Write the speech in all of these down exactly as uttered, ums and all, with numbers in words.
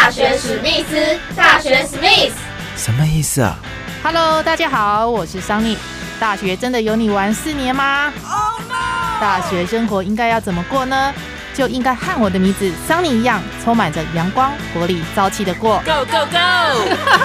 大学史密斯，大学史密斯， 什么意思啊 ？Hello， 大家好，我是桑尼。大学真的有你玩四年吗 ？Oh no！ 大学生活应该要怎么过呢？就应该和我的名字桑尼一样，充满着阳光、活力、朝气的过。 Go go go！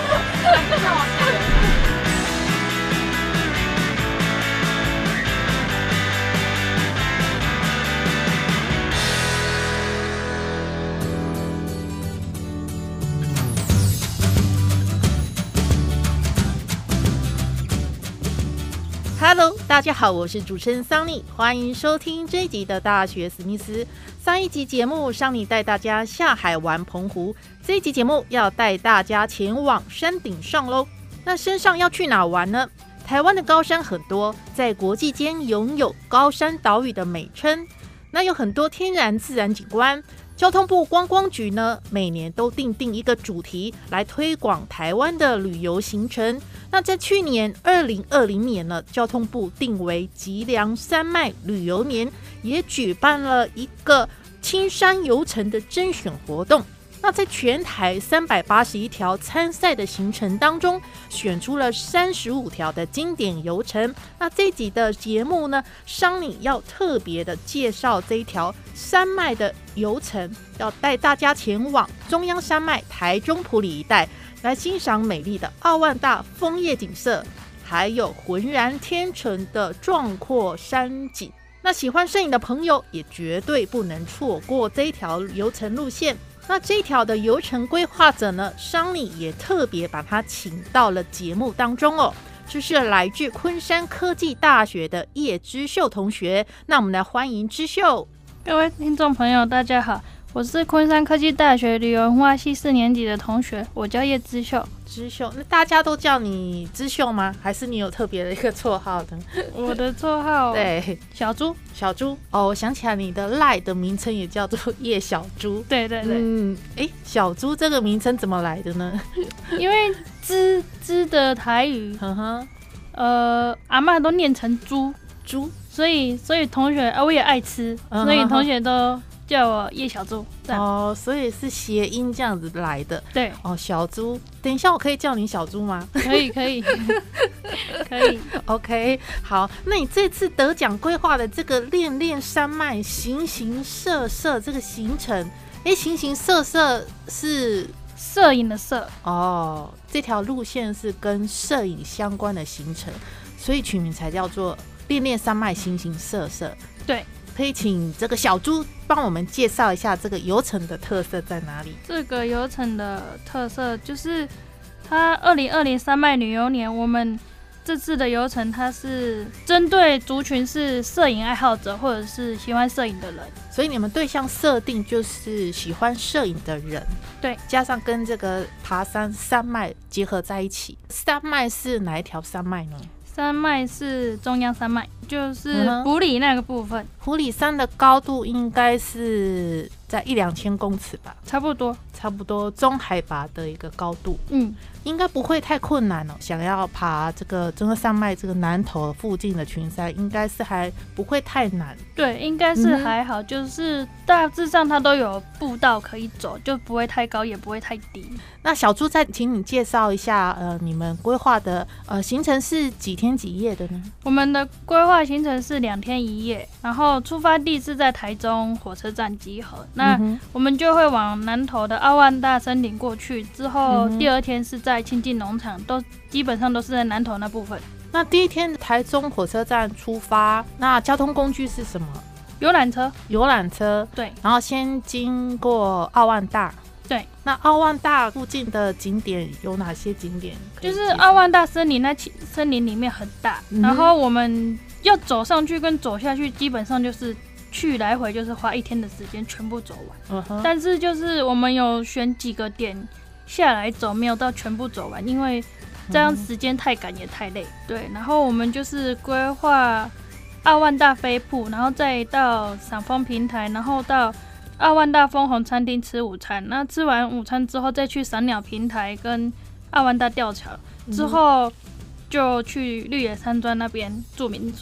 Hello， 大家好，我是主持人桑尼，欢迎收听这一集的大学史密斯。上一集节目，桑尼带大家下海玩澎湖，这一集节目要带大家前往山顶上喽。那山上要去哪玩呢？台湾的高山很多，在国际间拥有高山岛屿的美称。那有很多天然自然景观。交通部观光局呢，每年都定定一个主题来推广台湾的旅游行程。那在去年二零二零年呢，交通部定为脊梁山脉旅游年，也举办了一个青山游程的甄选活动。那在全台三百八十一条参赛的行程当中，选出了三十五条的经典游程。那这一集的节目呢，桑尼要特别的介绍这一条山脉的游程，要带大家前往中央山脉台中埔里一带，来欣赏美丽的奥万大枫叶景色，还有浑然天成的壮阔山景。那喜欢摄影的朋友也绝对不能错过这一条游程路线。那这一条的游程规划者呢，桑尼也特别把他请到了节目当中哦，就是来自昆山科技大学的叶之秀同学。那我们来欢迎之秀。 各位听众朋友大家好，我是昆山科技大学旅游文化系四年级的同学，我叫叶之秀。 之秀，那大家都叫你之秀吗？还是你有特别的一个绰号呢？ 我的绰号对， 小猪。 小猪哦，我想起来你的 LINE 的名称也叫做叶小猪。 对对对， 嗯，哎，小猪这个名称怎么来的呢？ 因为之之的台语，呵呵，呃，阿嬷都念成猪猪， 所以所以同学啊，我也爱吃，嗯、所以同学都叫我叶小猪。 哦，所以是谐音这样子来的。 对， 哦，小猪。等一下，我可以叫你小猪吗？ 可以，可以，可以。 OK， 好，那你这次得奖规划的这个恋恋山脉形形色色这个行程，哎，形形色色是摄影的摄哦，这条路线是跟摄影相关的行程，所以取名才叫做恋恋山脉形形色色。 对。 可以请这个小猪帮我们介绍一下这个游程的特色在哪里？ 这个游程的特色就是它二零二零山脉旅游年，我们这次的游程它是针对族群是摄影爱好者或者是喜欢摄影的人， 所以你们对象设定就是喜欢摄影的人， 对， 加上跟这个爬山山脉结合在一起。山脉是哪一条山脉呢？ 山脉是中央山脉，就是埔里那个部分。 埔里山的高度应该是在一两千公尺吧， 差不多， 差不多中海拔的一个高度。 嗯， 应该不会太困难哦。想要爬这个中央山脉这个南头附近的群山，应该是还不会太难。 对，应该是还好，嗯、就是大致上它都有步道可以走，就不会太高，也不会太低。 那小猪再请你介绍一下，呃，你们规划的呃行程是几天几夜的呢？ 我们的规划行程是两天一夜，然后出发地是在台中火车站集合。那我们就会往南投的奥万大森林过去，之后第二天是在清境农场，都基本上都是在南投那部分。 那第一天台中火车站出发，那交通工具是什么？ 游览车。 游览车， 对。 然后先经过奥万大。 对， 那奥万大附近的景点有哪些景点？ 就是奥万大森林，那森林里面很大，嗯、然后我们要走上去跟走下去，基本上就是去来回就是花一天的时间全部走完。嗯、但是就是我们有选几个点下来走，没有到全部走完，因为这样时间太赶也太累。对，然后我们就是规划奥万大飞瀑，然后再到赏枫平台，然后到奥万大枫红餐厅吃午餐，那吃完午餐之后再去赏鸟平台跟奥万大吊桥，之后就去绿野山庄那边住民宿。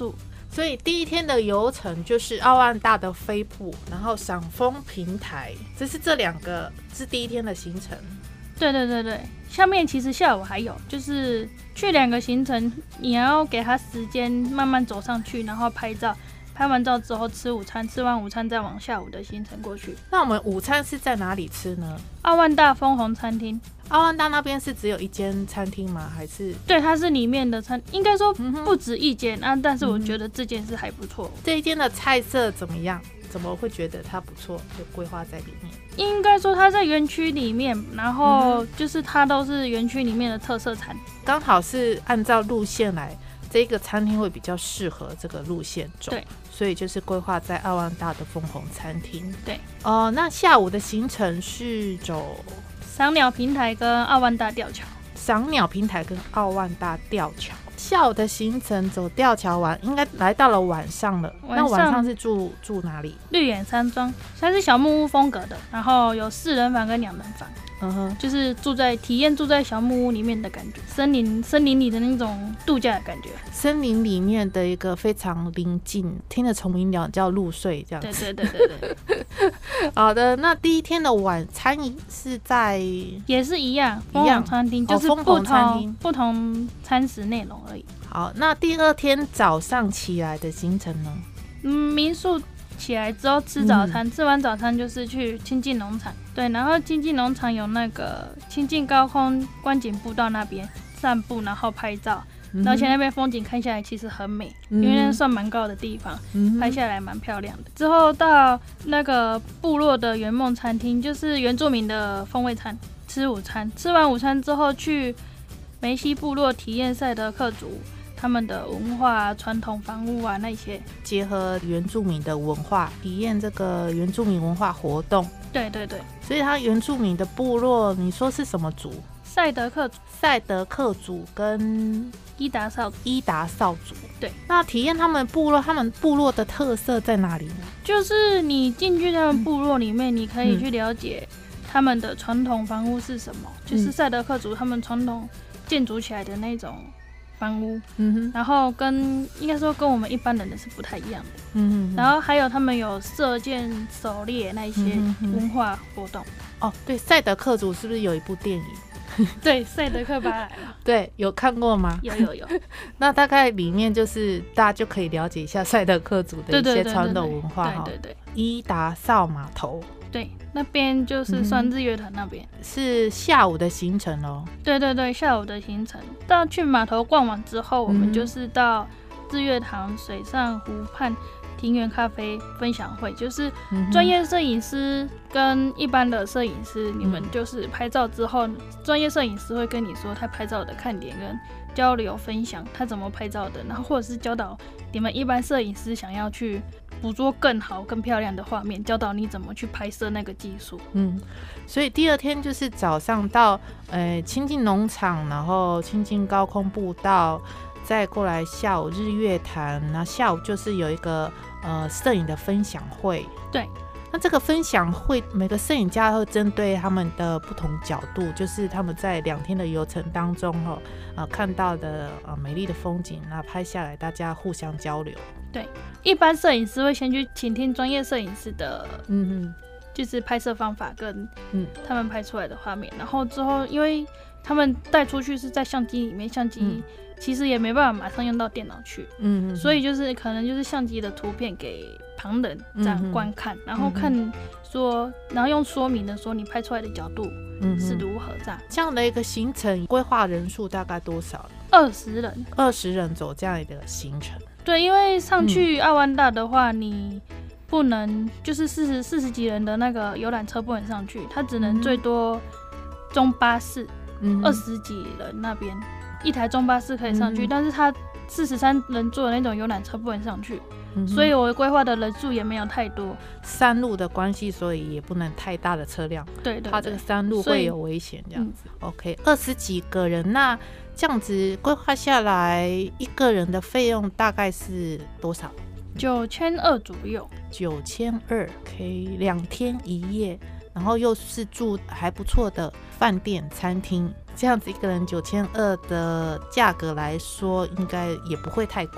所以第一天的游程就是奥万大的飞瀑，然后赏枫平台，这是这两个是第一天的行程。 对对对对，下面其实下午还有，就是去两个行程，你要给他时间慢慢走上去，然后拍照，拍完照之后吃午餐，吃完午餐再往下午的行程过去。 那我们午餐是在哪里吃呢？ 奥万大枫红餐厅。 奥万大那边是只有一间餐厅吗？还是？ 对，它是里面的餐，应该说不止一间、嗯、啊，但是我觉得这件是还不错、嗯。 这一间的菜色怎么样？怎么会觉得它不错？有规划在里面？ 应该说它在园区里面，然后就是它都是园区里面的特色餐， 刚好是按照路线来，这个餐厅会比较适合这个路线走。 对， 所以就是规划在奥万大的枫红餐厅。 对， 哦、呃，那下午的行程是走赏鸟平台跟奥万大吊桥。 赏鸟平台跟奥万大吊桥。下午的行程走吊桥玩，应该来到了晚上了。 晚上那晚上是住住哪里？ 绿野山庄，它是小木屋风格的，然后有四人房跟两人房。 嗯哼， 就是住在体验住在小木屋里面的感觉，森林森林里的那种度假的感觉， 森林里面的一个非常宁静，听得虫鸣鸟叫入睡这样子。 对对对对对。 好的，那第一天的晚餐是在也是一样，枫红餐厅就是不同、哦、餐厅不同餐食内容而已。 好，那第二天早上起来的行程呢？ 嗯，民宿起来之后吃早餐、嗯，吃完早餐就是去清境农场。对，然后清境农场有那个清境高空观景步道那边散步，然后拍照。嗯、而且那边风景看下来其实很美，嗯、因为那算蛮高的地方，嗯、拍下来蛮漂亮的。之后到那个部落的圆梦餐厅，就是原住民的风味餐，吃午餐。吃完午餐之后去梅西部落体验赛德克族他们的文化、传统房屋啊那些， 结合原住民的文化，体验这个原住民文化活动。 对对对， 所以他原住民的部落，你说是什么族？ 赛德克族。 赛德克族跟伊达少族。 伊达少族。 对， 那体验他们部落，他们部落的特色在哪里呢？ 就是你进去他们部落里面，嗯、你可以去了解他们的传统房屋是什么，嗯、就是赛德克族他们传统建筑起来的那种房屋，嗯哼，然后跟应该说跟我们一般人的是不太一样的，嗯哼哼，然后还有他们有射箭、狩猎那一些文化活动。嗯、 哦，对，赛德克族是不是有一部电影？ 对，赛德克巴莱了。 对，有看过吗？ 有有有。那大概里面就是大家就可以了解一下赛德克族的一些传统文化哈。 对对对。 伊达少码头。 对，那边就是算日月潭那边、嗯， 是下午的行程哦。 对对对，下午的行程。到去码头逛完之后，我们就是到日月潭水上湖畔庭园咖啡分享会，就是专业摄影师跟一般的摄影师，你们就是拍照之后，专业摄影师会跟你说他拍照的看点跟交流分享他怎么拍照的，然后或者是教导你们一般摄影师想要去捕捉更好更漂亮的画面，教导你怎么去拍摄那个技术。 嗯，所以第二天就是早上到呃清境农场，然后清境高空步道，再过来下午日月潭，然后下午就是有一个呃摄影的分享会。 对， 那这个分享会每个摄影家会针对他们的不同角度，就是他们在两天的游程当中、哦呃、看到的、呃、美丽的风景，那拍下来大家互相交流。 对，一般摄影师会先去倾听专业摄影师的嗯嗯，就是拍摄方法跟他们拍出来的画面、嗯、然后之后因为他们带出去是在相机里面，相机其实也没办法马上用到电脑去，嗯，所以就是可能就是相机的图片给旁人这样观看、嗯、然后看说，然后用说明的说你拍出来的角度是如何这样。 这样的一个行程规划人数大概多少？ 二十人， 二十人走这样一个行程。 对，因为上去奥万大的话，嗯、你不能就是四十四十几人的那个游览车不能上去，它只能最多中巴士，二十几人那边一台中巴士可以上去，嗯、但是它四十三人坐的那种游览车不能上去。嗯、所以我规划的人数也没有太多， 山路的关系，所以也不能太大的车辆， 对对对， 怕这个山路会有危险这样子。嗯、OK， 二十几个人，那这样子规划下来，一个人的费用大概是多少？ 九千二左右。 九千二 ，OK， 两天一夜，然后又是住还不错的饭店、餐厅，这样子一个人九千二的价格来说，应该也不会太贵。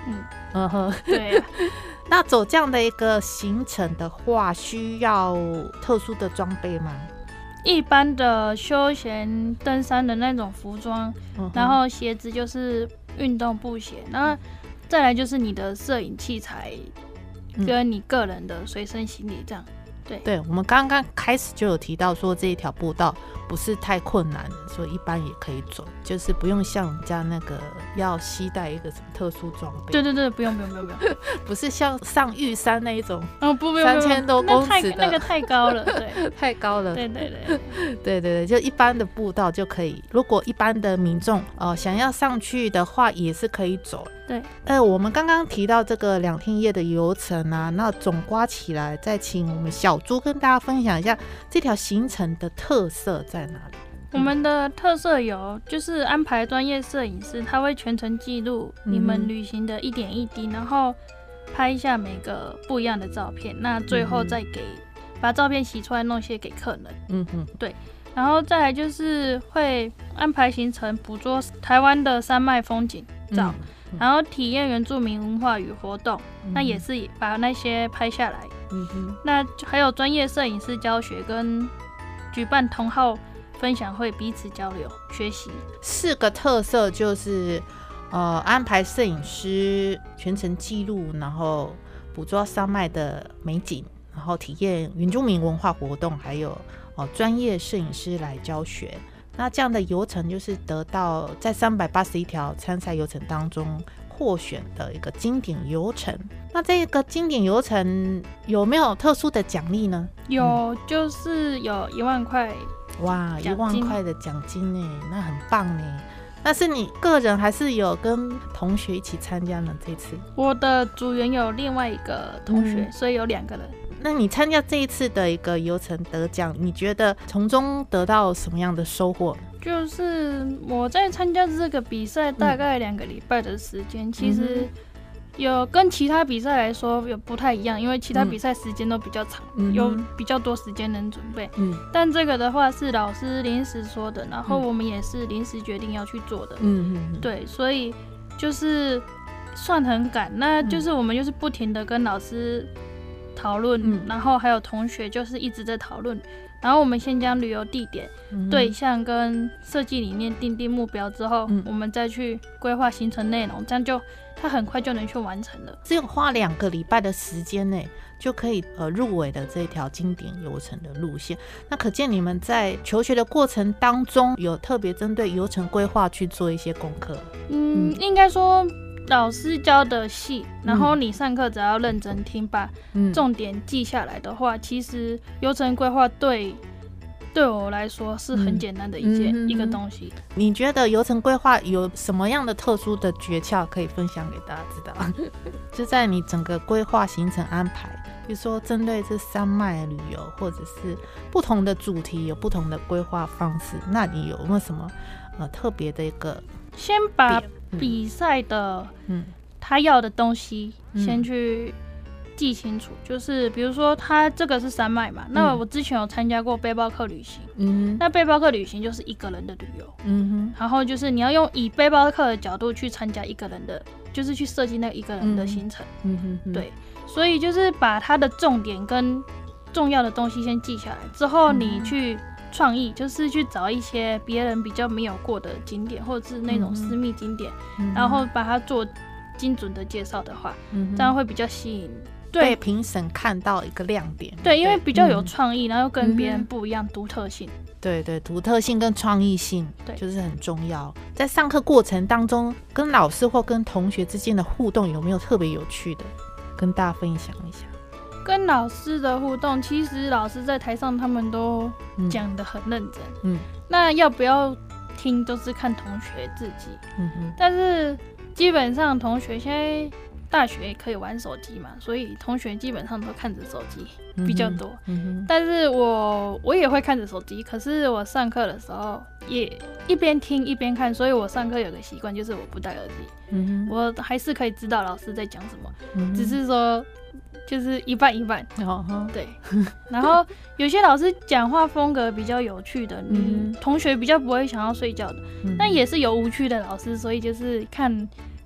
嗯嗯哼， 对、啊。 那走这样的一个行程的话，需要特殊的装备吗？ 一般的休闲登山的那种服装，嗯、然后鞋子就是运动布鞋，然后再来就是你的摄影器材跟你个人的随身行李这样。对， 对，我们刚刚开始就有提到说这一条步道不是太困难，所以一般也可以走，就是不用像人家那个要携带一个什么特殊装备。 对对对，不用不用不用不用， 不是像上玉山那一种， 哦不不用， 三千多公尺的， 那个太高了，对， 太高了。 对对对对对对，就一般的步道就可以。如果一般的民众呃想要上去的话，也是可以走。 对， 呃，我们刚刚提到这个两天一夜的游程啊，那总刮起来，再请我们小猪跟大家分享一下这条行程的特色在哪里？ 我们的特色有就是安排专业摄影师，他会全程记录你们旅行的一点一滴，嗯、然后拍一下每个不一样的照片，那最后再给、嗯、把照片洗出来弄些给客人。嗯哼，对。然后再来就是会安排行程，捕捉台湾的山脉风景照。嗯，然后体验原住民文化与活动，嗯、那也是把那些拍下来。嗯哼，那还有专业摄影师教学跟举办同好分享会，彼此交流学习。 四个特色就是呃安排摄影师全程记录，然后捕捉山脉的美景，然后体验原住民文化活动，还有呃专业摄影师来教学。那这样的游程就是得到在三百八十一条参赛游程当中获选的一个经典游程。那这个经典游程有没有特殊的奖励呢？ 有，嗯、就是有一万块。 哇，一万块的奖金呢，那很棒呢。那是你个人还是有跟同学一起参加呢？这次我的组员有另外一个同学，嗯、所以有两个人。 那你参加这一次的一个游程得奖，你觉得从中得到什么样的收获？ 就是我在参加这个比赛大概两个礼拜的时间，嗯、其实有跟其他比赛来说有不太一样，因为其他比赛时间都比较长，嗯、有比较多时间能准备。嗯，但这个的话是老师临时说的，然后我们也是临时决定要去做的。嗯嗯，对，所以就是算很赶，那就是我们就是不停的跟老师讨论，嗯、然后还有同学就是一直在讨论，然后我们先将旅游地点、嗯、对象跟设计理念定定目标之后，嗯、我们再去规划行程内容，这样就它很快就能去完成了。 只有花两个礼拜的时间内就可以呃入围的这条经典游程的路线，那可见你们在求学的过程当中有特别针对游程规划去做一些功课。 嗯，应该说老师教的细，然后你上课只要认真听，把重点记下来的话，嗯、其实游程规划对对我来说是很简单的一件、嗯、一个东西。 你觉得游程规划有什么样的特殊的诀窍可以分享给大家知道？就在你整个规划行程安排，比如说针对这山脉旅游，或者是不同的主题有不同的规划方式，那你有没有什么呃特别的一个？ 先把比赛的、嗯、他要的东西先去记清楚，嗯、就是比如说他这个是山脉嘛，嗯、那我之前有参加过背包客旅行，嗯、那背包客旅行就是一个人的旅游，嗯、然后就是你要用以背包客的角度去参加一个人的，就是去设计那一个人的行程，嗯、对，所以就是把他的重点跟重要的东西先记下来之后，你去创意，就是去找一些别人比较没有过的景点，或者是那种私密景点，嗯、然后把它做精准的介绍的话，嗯、这样会比较吸引被评审看到一个亮点。 对，因为比较有创意，嗯、然后又跟别人不一样，独、嗯、特性。 对对，独特性跟创意性，对，就是很重要。在上课过程当中，跟老师或跟同学之间的互动有没有特别有趣的，跟大家分享一下？ 跟老师的互动，其实老师在台上他们都讲得很认真，嗯，那要不要听都是看同学自己，嗯哼。但是基本上同学现在大学也可以玩手机嘛，所以同学基本上都看着手机比较多，嗯哼。但是我我也会看着手机，可是我上课的时候也一边听一边看，所以我上课有个习惯就是我不戴耳机，嗯哼。我还是可以知道老师在讲什么，嗯、只是说。就是一半一半，哦、对。然后有些老师讲话风格比较有趣的，你、嗯、同学比较不会想要睡觉的。嗯、但也是有无趣的老师，所以就是看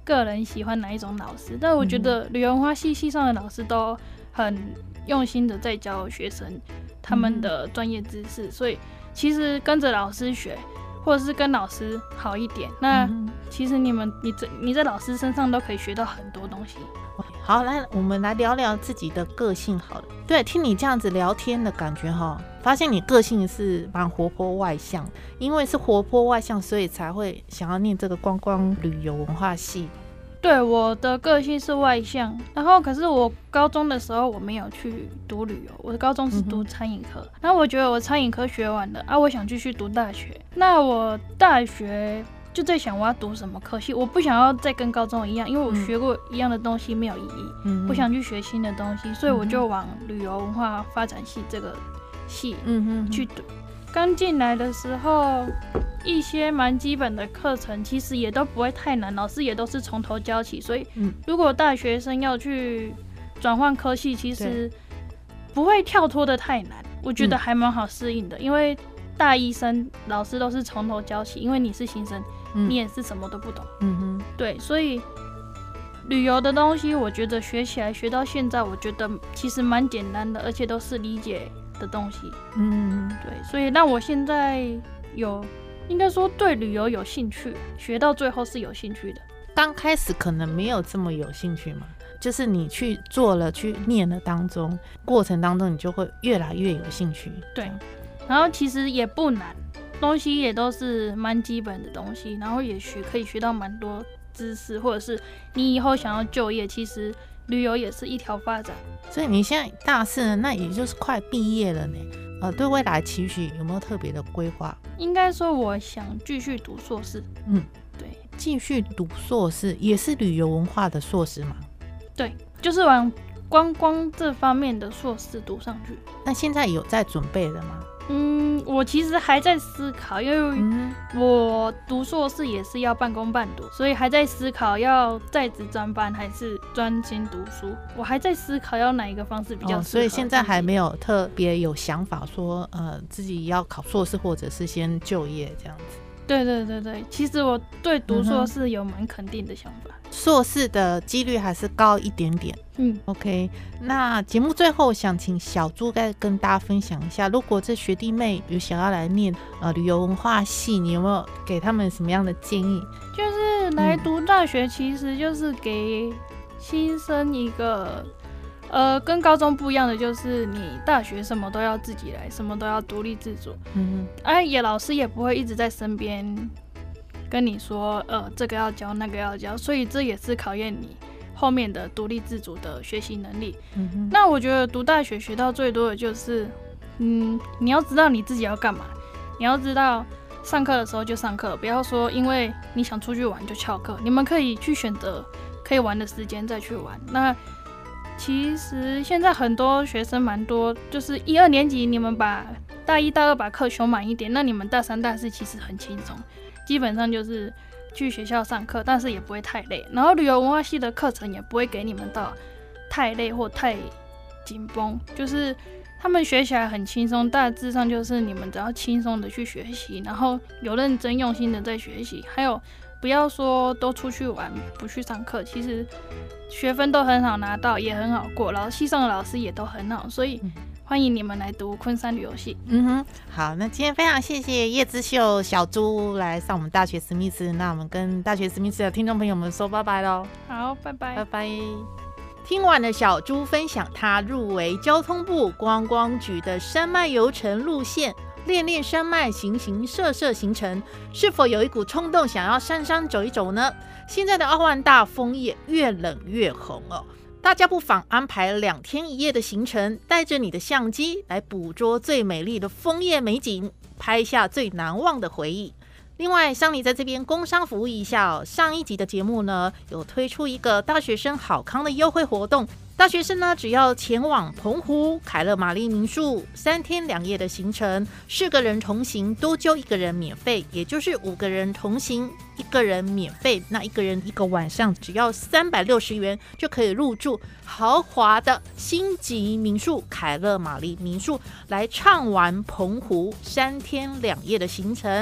个人喜欢哪一种老师，但我觉得旅游文化系系上的老师都很用心的在教学生他们的专业知识，所以其实跟着老师学，或者是跟老师好一点，那其实你们你在你在老师身上都可以学到很多东西。 好，来我们来聊聊自己的个性好了。对，听你这样子聊天的感觉哈，发现你个性是蛮活泼外向，因为是活泼外向，所以才会想要念这个观光旅游文化系。 对，我的个性是外向，然后可是我高中的时候我没有去读旅游，我的高中是读餐饮科，然后我觉得我餐饮科学完了啊，我想继续读大学，那我大学就在想我要读什么科系，我不想要再跟高中一样，因为我学过一样的东西没有意义，嗯、我想去学新的东西，所以我就往旅游文化发展系这个系去读。刚进来的时候，一些蛮基本的课程其实也都不会太难，老师也都是从头教起，所以如果大学生要去转换科系，其实不会跳脱的太难，我觉得还蛮好适应的，因为大一生老师都是从头教起，因为你是新生，嗯、你也是什么都不懂，嗯哼，对，所以旅游的东西，我觉得学起来学到现在，我觉得其实蛮简单的，而且都是理解的东西，嗯，对，所以让我现在有应该说对旅游有兴趣，学到最后是有兴趣的。 刚开始可能没有这么有兴趣嘛，就是你去做了去念的当中，过程当中你就会越来越有兴趣。 对，然后其实也不难，东西也都是蛮基本的东西，然后也学可以学到蛮多知识，或者是你以后想要就业，其实旅游也是一条发展。 所以你现在大四了，那也就是快毕业了呢。呃，对未来期许有没有特别的规划？ 应该说，我想继续读硕士。嗯，对， 继续读硕士也是旅游文化的硕士吗？ 对，就是往观光这方面的硕士读上去。 那现在有在准备了吗？ 嗯，我其实还在思考，因为我读硕士也是要半工半读，所以还在思考要在职专班还是专心读书。我还在思考要哪一个方式比较适合、哦、 所以现在还没有特别有想法说，呃，自己要考硕士或者是先就业这样子。 对对对对，其实我对读硕士有蛮肯定的想法。嗯、 硕士的几率还是高一点点。嗯 ，OK。那节目最后想请小猪再跟大家分享一下，如果这学弟妹有想要来念呃旅游文化系，你有没有给他们什么样的建议？ 就是来读大学，其实就是给新生一个。呃，跟高中不一样的就是你大学什么都要自己来，什么都要独立自主。嗯哼，哎、啊，也老师也不会一直在身边跟你说，呃，这个要教，那个要教，所以这也是考验你后面的独立自主的学习能力。嗯哼，那我觉得读大学学到最多的就是，嗯，你要知道你自己要干嘛，你要知道上课的时候就上课，不要说因为你想出去玩就翘课，你们可以去选择可以玩的时间再去玩。那其实现在很多学生蛮多，就是一二年级你们把大一大二把课修满一点，那你们大三大四其实很轻松，基本上就是去学校上课，但是也不会太累，然后旅游文化系的课程也不会给你们到太累或太紧绷，就是他们学起来很轻松，大致上就是你们只要轻松的去学习，然后有认真用心的在学习，还有不要说都出去玩不去上课，其实学分都很好拿到，也很好过，然后系上的老师也都很好，所以欢迎你们来读昆山旅游系。 嗯哼，好，那今天非常谢谢叶之秀小猪来上我们大学史密斯，那我们跟大学史密斯的听众朋友们说拜拜咯。 好，拜拜， 拜拜。听完了小猪分享他入围交通部观光局的山脉游程路线，练练山脉，行行摄摄行程，是否有一股冲动想要山山走一走呢？现在的阿万大枫叶越冷越红哦，大家不妨安排两天一夜的行程，带着你的相机来捕捉最美丽的枫叶美景，拍下最难忘的回忆。另外，桑尼在这边工商服务一下哦。上一集的节目呢，有推出一个大学生好康的优惠活动。大学生呢，只要前往澎湖凯乐玛丽民宿三天两夜的行程，四个人同行多揪一个人免费，也就是五个人同行一个人免费。那一个人一个晚上只要三百六十元就可以入住豪华的星级民宿凯乐玛丽民宿，来畅玩澎湖三天两夜的行程。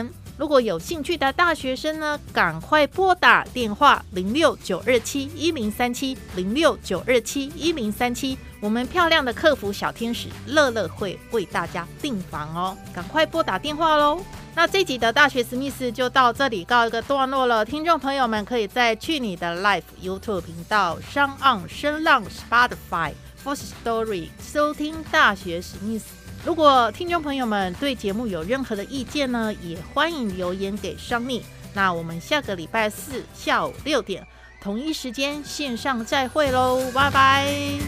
如果有兴趣的大学生呢，赶快拨打电话零六九二七一零三七零六九二七一零三七，我们漂亮的客服小天使乐乐会为大家订房哦，赶快拨打电话咯。那这集的大学史密斯就到这里告一个段落了，听众朋友们可以在去你的 Live YouTube 频道、商岸、声浪、Spotify、Firstory 收听大学史密斯。如果听众朋友们对节目有任何的意见呢，也欢迎留言给商尼。那我们下个礼拜四下午六点同一时间线上再会喽，拜拜。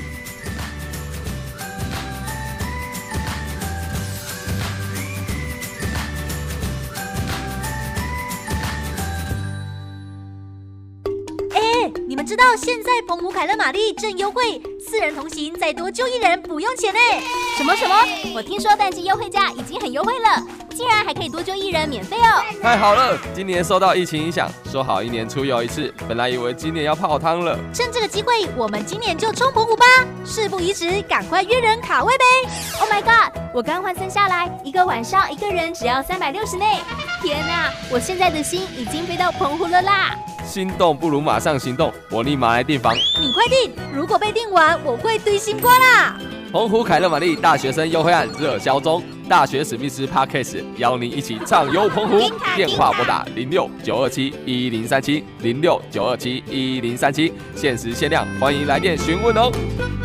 你们知道现在澎湖凯乐玛丽正优惠，四人同行再多就一人不用钱呢。什么什么？我听说淡季优惠价已经很优惠了，竟然还可以多就一人免费哦！ 太好了！今年受到疫情影响，说好一年出游一次，本来以为今年要泡汤了。 趁这个机会，我们今年就冲澎湖吧！事不宜迟，赶快约人卡位呗 ！Oh my god！ 我刚换算下来，一个晚上一个人只要三百六十内。天哪，我现在的心已经飞到澎湖了啦！ 心动不如马上行动，我立马来订房。 你快订，如果被订完，我会堆新瓜啦！ 澎湖凯乐玛丽大学生优惠案热销中，大学史密斯 Podcast 邀您一起畅游澎湖。电话拨打零六九二七一零三七零六九二七一零三七，限时限量，欢迎来电询问哦。